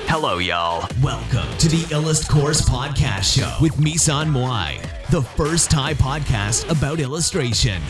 Hello, y'all. Welcome to the Illust Course Podcast Show with Misan Moai, the first Thai podcast about illustration.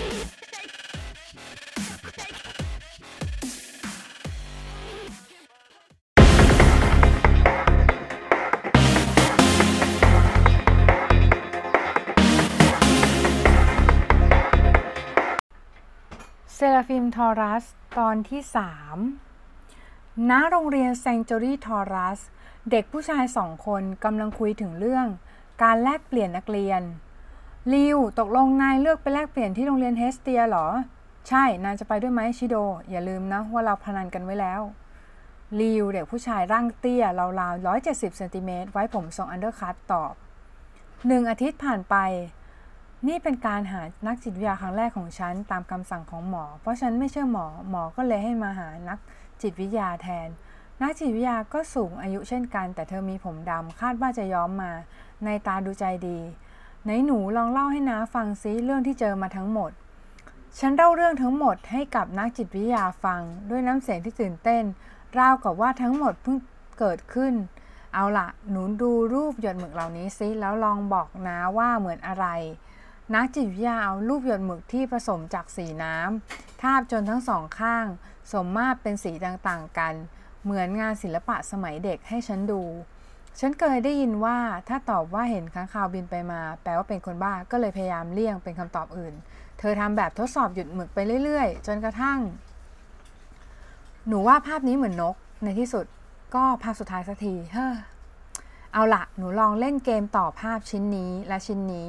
เซราฟิมทอรัสตอนที่3ณโรงเรียน Sanctuary Taurus เด็กผู้ชาย2 คนกำลังคุยถึงเรื่องการแลกเปลี่ยนนักเรียนลิวตกลงนายเลือกไปแลกเปลี่ยนที่โรงเรียนเฮสเตียเหรอใช่นายจะไปด้วยไหมชิโดอย่าลืมนะว่าเราพนันกันไว้แล้วลิวเด็กผู้ชายร่างเตี้ยราวๆ170 เซนติเมตรไว้ผมทรงอันเดอร์คัตตอบ1 อาทิตย์ผ่านไปนี่เป็นการหานักจิตวิทยาครั้งแรกของฉันตามคำสั่งของหมอเพราะฉันไม่เชื่อหมอก็เลยให้มาหานักจิตวิทยาแทนนักจิตวิทยาก็สูงอายุเช่นกันแต่เธอมีผมดำคาดว่าจะย้อมมาในตาดูใจดีไหนหนูลองเล่าให้น้าฟังซิเรื่องที่เจอมาทั้งหมดฉันเล่าเรื่องทั้งหมดให้กับนักจิตวิทยาฟังด้วยน้ำเสียงที่ตื่นเต้นราวกับว่าทั้งหมดเพิ่งเกิดขึ้นเอาล่ะหนูดูรูปหยดหมึกเหล่านี้ซิแล้วลองบอกน้าว่าเหมือนอะไรนักจิตวิทยาเอารูปหยดหมึกที่ผสมจากสีน้ำทาบจนทั้งสองข้างสมมาตรเป็นสีต่างๆกันเหมือนงานศิลปะสมัยเด็กให้ฉันดูฉันเคยได้ยินว่าถ้าตอบว่าเห็นค้างคาวบินไปมาแปลว่าเป็นคนบ้าก็เลยพยายามเลี่ยงเป็นคำตอบอื่นเธอทำแบบทดสอบหยุดหมึกไปเรื่อยๆจนกระทั่งหนูว่าภาพนี้เหมือนนกในที่สุดก็ภาพสุดท้ายสักทีเอาล่ะหนูลองเล่นเกมต่อภาพชิ้นนี้และชิ้นนี้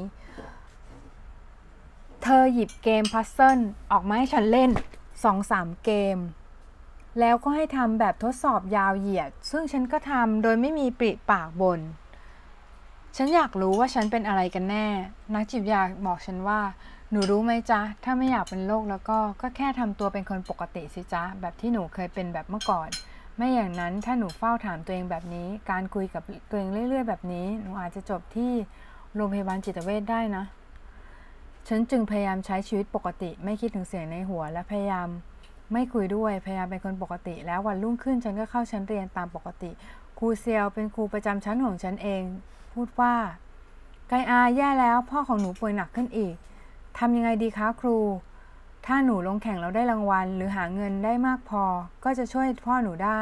เธอหยิบเกมพัซเซิลออกมาให้ฉันเล่น 2-3 เกมแล้วก็ให้ทำแบบทดสอบยาวเหยียดซึ่งฉันก็ทำโดยไม่มีปริปากบ่นฉันอยากรู้ว่าฉันเป็นอะไรกันแน่นักจิตวิทยาบอกฉันว่าหนูรู้ไหมจ๊ะถ้าไม่อยากเป็นโรคแล้วก็แค่ทำตัวเป็นคนปกติสิจ๊ะแบบที่หนูเคยเป็นแบบเมื่อก่อนไม่อย่างนั้นถ้าหนูเฝ้าถามตัวเองแบบนี้การคุยกับตัวเองเรื่อยๆแบบนี้หนูอาจจะจบที่โรงพยาบาลจิตเวชได้นะฉันจึงพยายามใช้ชีวิตปกติไม่คิดถึงเสียงในหัวและพยายามไม่คุยด้วยพยายามเป็นคนปกติแล้ววันรุ่งขึ้นฉันก็เข้าชั้นเรียนตามปกติครูเซียวเป็นครูประจำชั้นของฉันเองพูดว่าไกอาแย่แล้วพ่อของหนูป่วยหนักขึ้นอีกทำยังไงดีคะครูถ้าหนูลงแข่งแล้วได้รางวัลหรือหาเงินได้มากพอก็จะช่วยพ่อหนูได้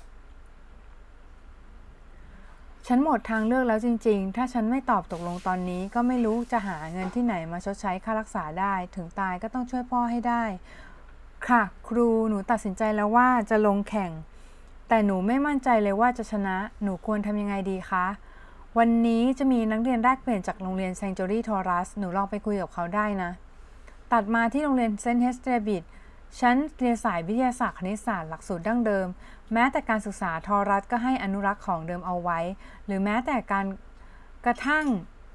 ฉันหมดทางเลือกแล้วจริงๆถ้าฉันไม่ตอบตกลงตอนนี้ก็ไม่รู้จะหาเงินที่ไหนมาชดใช้ค่ารักษาได้ถึงตายก็ต้องช่วยพ่อให้ได้ค่ะครูหนูตัดสินใจแล้วว่าจะลงแข่งแต่หนูไม่มั่นใจเลยว่าจะชนะหนูควรทำยังไงดีคะวันนี้จะมีนักเรียนแลกเปลี่ยนจากโรงเรียน Sanctuary Taurus หนูลองไปคุยกับเขาได้นะตัดมาที่โรงเรียนเซนต์เฮสเตอร์บิดฉันเรียนสายวิทยาศาสตร์คณิตศาสตร์หลักสูตรดั้งเดิมแม้แต่การศึกษาทอรัสก็ให้อนุรักษ์ของเดิมเอาไว้หรือแม้แต่การกระทั่ง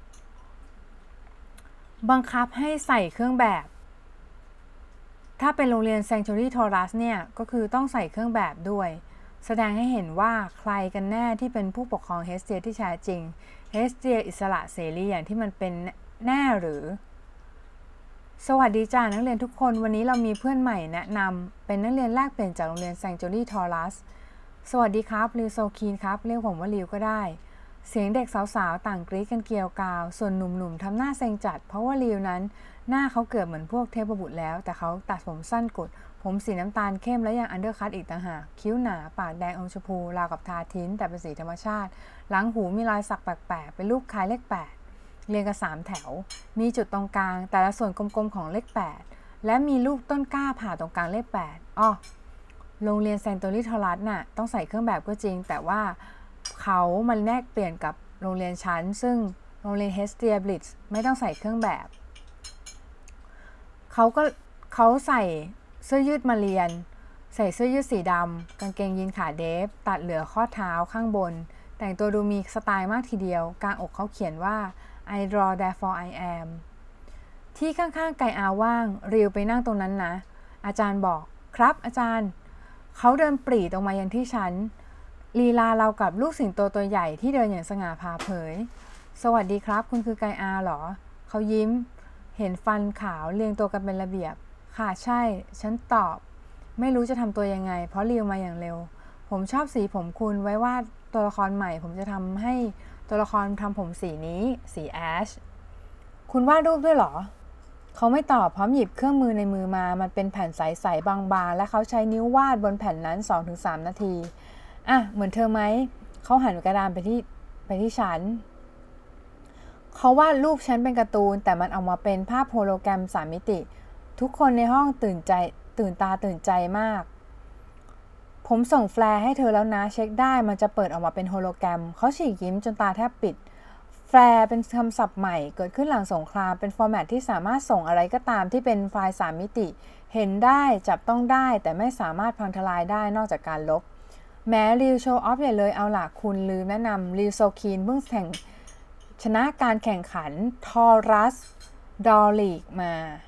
บังคับให้ใส่เครื่องแบบถ้าเป็นโรงเรียน Sanctuary Taurus เนี่ยก็คือต้องใส่เครื่องแบบด้วยแสดงให้เห็นว่าใครกันแน่ที่เป็นผู้ปกครองเฮสเตียที่แท้จริงเฮสเตียอิสระเสรีอย่างที่มันเป็นแน่หรือสวัสดีจ้านักเรียนทุกคนวันนี้เรามีเพื่อนใหม่แนะนำเป็นนักเรียนแลกเปลี่ยนจากโรงเรียน Sanctuary Taurus สวัสดีครับริวโซคีนครับเรียกผมว่าริวก็ได้เสียงเด็กสาวๆต่างกรี๊ดกันเกลียวกราวส่วนหนุ่มๆทำหน้าเซ็งจัดเพราะว่าริวนั้นหน้าเขาเกือบเหมือนพวกเทพบุตรแล้วแต่เขาตัดผมสั้นกุดผมสีน้ำตาลเข้มและยังอันเดอร์คัตอีกต่างหากคิ้วหนาปากแดงอมชมพูราวกับทาทิ้นแต่เป็นสีธรรมชาติหลังหูมีรอยสักแปลกๆเป็นรูปคล้ายเลข8เรียงกัน3 แถวมีจุดตรงกลางแต่ละส่วนกลมๆของเลข8และมีรูปต้นกล้าผ่าตรงกลางเลข8โรงเรียน Sanctuary Taurus น่ะต้องใส่เครื่องแบบก็จริงแต่ว่าเขามันแลกเปลี่ยนกับโรงเรียนชั้นซึ่งโรงเรียน Hestia Blitz ไม่ต้องใส่เครื่องแบบเขาใส่เสื้อยืดมาเรียนใส่เสื้อยืดสีดำกางเกงยีนขาเดฟตัดเหลือข้อเท้าข้างบนแต่งตัวดูมีสไตล์มากทีเดียวกลางอกเขาเขียนว่า I draw therefore I am ที่ข้างๆไกอาว่างริวไปนั่งตรงนั้นนะอาจารย์บอกครับอาจารย์เขาเดินปรีตรงมายังที่ฉันลีลาเรากับลูกสิงโตตัวใหญ่ที่เดินอย่างสง่าผ่าเผยสวัสดีครับคุณคือไกอาเหรอเขายิ้มเห็นฟันขาวเรียงตัวกันเป็นระเบียบค่ะใช่ฉันตอบไม่รู้จะทำตัวยังไงเพราะริวมาอย่างเร็วผมชอบสีผมคุณไว้วาดตัวละครใหม่ผมจะทำให้ตัวละครทำผมสีนี้สีแอชคุณวาดรูปด้วยเหรอเขาไม่ตอบพร้อมหยิบเครื่องมือในมือมามันเป็นแผ่นใสๆบางๆและเขาใช้นิ้ววาดบนแผ่นนั้น 2-3 นาทีอ่ะเหมือนเธอไหมเขาหันกระดานไปที่ฉันเขาวาดรูปฉันเป็นการ์ตูนแต่มันออกมาเป็นภาพโฮโลแกรม3 มิติทุกคนในห้องตื่นตาตื่นใจมากผมส่งแฟลร์ให้เธอแล้วนะเช็คได้มันจะเปิดออกมาเป็นโฮโลแกรมเขาฉีกยิ้มจนตาแทบปิดแฟลร์เป็นคำศัพท์ใหม่เกิดขึ้นหลังสงครามเป็นฟอร์แมตที่สามารถส่งอะไรก็ตามที่เป็นไฟล์3 มิติเห็นได้จับต้องได้แต่ไม่สามารถพังทลายได้นอกจากการลบแม้ริวโชว์ออฟใหญ่เลยเอาล่ะคุณลืมแนะนำริวโซคีนเพิ่งชนะการแข่งขันทอรัสดอลลีกมา